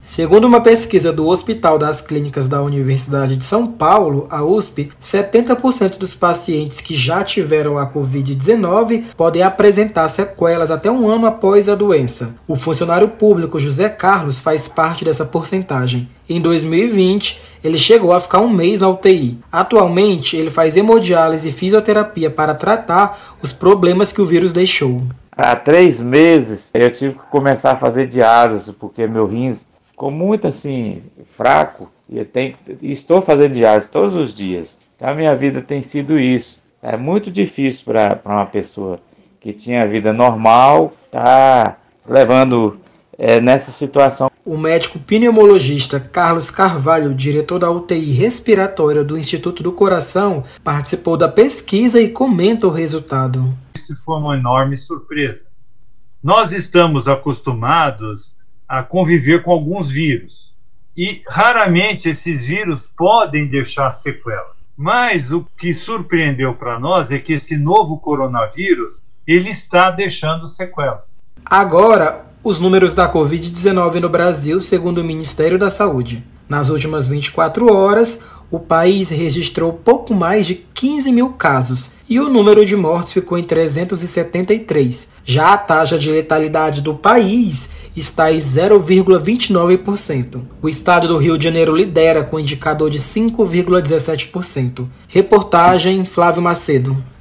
Segundo uma pesquisa do Hospital das Clínicas da Universidade de São Paulo, a USP, 70% dos pacientes que já tiveram a Covid-19 podem apresentar sequelas até um ano após a doença. O funcionário público José Carlos faz parte dessa porcentagem. Em 2020, ele chegou a ficar um mês na UTI. Atualmente, ele faz hemodiálise e fisioterapia para tratar os problemas que o vírus deixou. Há 3 meses, eu tive que começar a fazer diálise, porque meu rins ficou muito fraco, e estou fazendo diálise todos os dias. Então a minha vida tem sido isso. É muito difícil para uma pessoa que tinha vida normal estar levando nessa situação. O médico pneumologista Carlos Carvalho, diretor da UTI respiratória do Instituto do Coração, participou da pesquisa e comenta o resultado. Isso foi uma enorme surpresa. Nós estamos acostumados a conviver com alguns vírus. E raramente esses vírus podem deixar sequelas. Mas o que surpreendeu para nós é que esse novo coronavírus, ele está deixando sequelas. Agora, os números da Covid-19 no Brasil, segundo o Ministério da Saúde. Nas últimas 24 horas, o país registrou pouco mais de 15 mil casos e o número de mortes ficou em 373. Já a taxa de letalidade do país está em 0,29%. O estado do Rio de Janeiro lidera com indicador de 5,17%. Reportagem Flávio Macedo.